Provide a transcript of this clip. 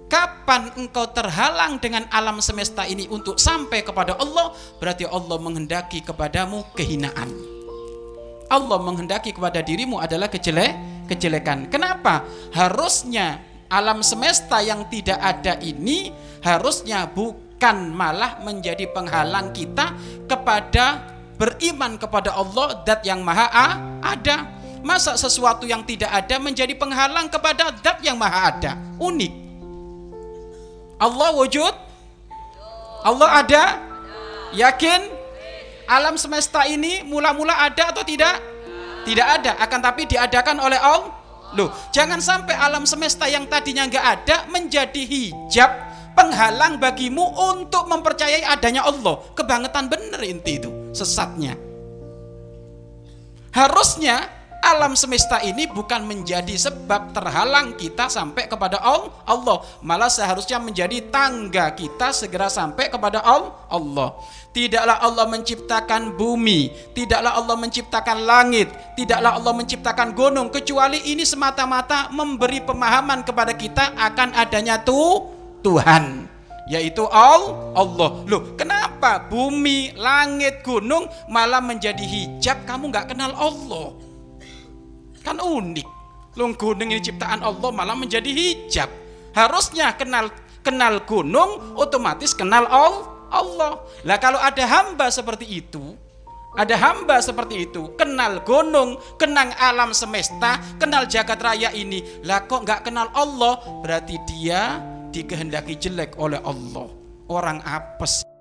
Kapan engkau terhalang dengan alam semesta ini untuk sampai kepada Allah, berarti Allah menghendaki kepadamu kehinaan. Allah menghendaki kepada dirimu adalah kejelekan. Kenapa? Harusnya alam semesta yang tidak ada ini harusnya bukan malah menjadi penghalang kita kepada beriman kepada Allah, Zat yang Maha Ada. Masa sesuatu yang tidak ada menjadi penghalang kepada Zat yang Maha Ada? Unik. Allah wujud? Allah ada? Yakin? Alam semesta ini mula-mula ada atau tidak? Tidak ada, akan tapi diadakan oleh Allah. Loh, jangan sampai alam semesta yang tadinya nggak ada menjadi hijab penghalang bagimu untuk mempercayai adanya Allah. Kebangetan bener inti itu, sesatnya. Harusnya alam semesta ini bukan menjadi sebab terhalang kita sampai kepada Allah, malah seharusnya menjadi tangga kita segera sampai kepada Allah. Tidaklah Allah menciptakan bumi, tidaklah Allah menciptakan langit, tidaklah Allah menciptakan gunung, kecuali ini semata-mata memberi pemahaman kepada kita akan adanya Tuhan, yaitu Allah. Loh, kenapa bumi, langit, gunung malah menjadi hijab? Kamu nggak kenal Allah. Kan unik. Loh, gunung ini ciptaan Allah malah menjadi hijab. Harusnya kenal gunung, otomatis kenal Allah. Lah kalau ada hamba seperti itu, kenal gunung, kenal alam semesta, kenal jagat raya ini, lah kok nggak kenal Allah, berarti dia dikehendaki jelek oleh Allah. Orang apes.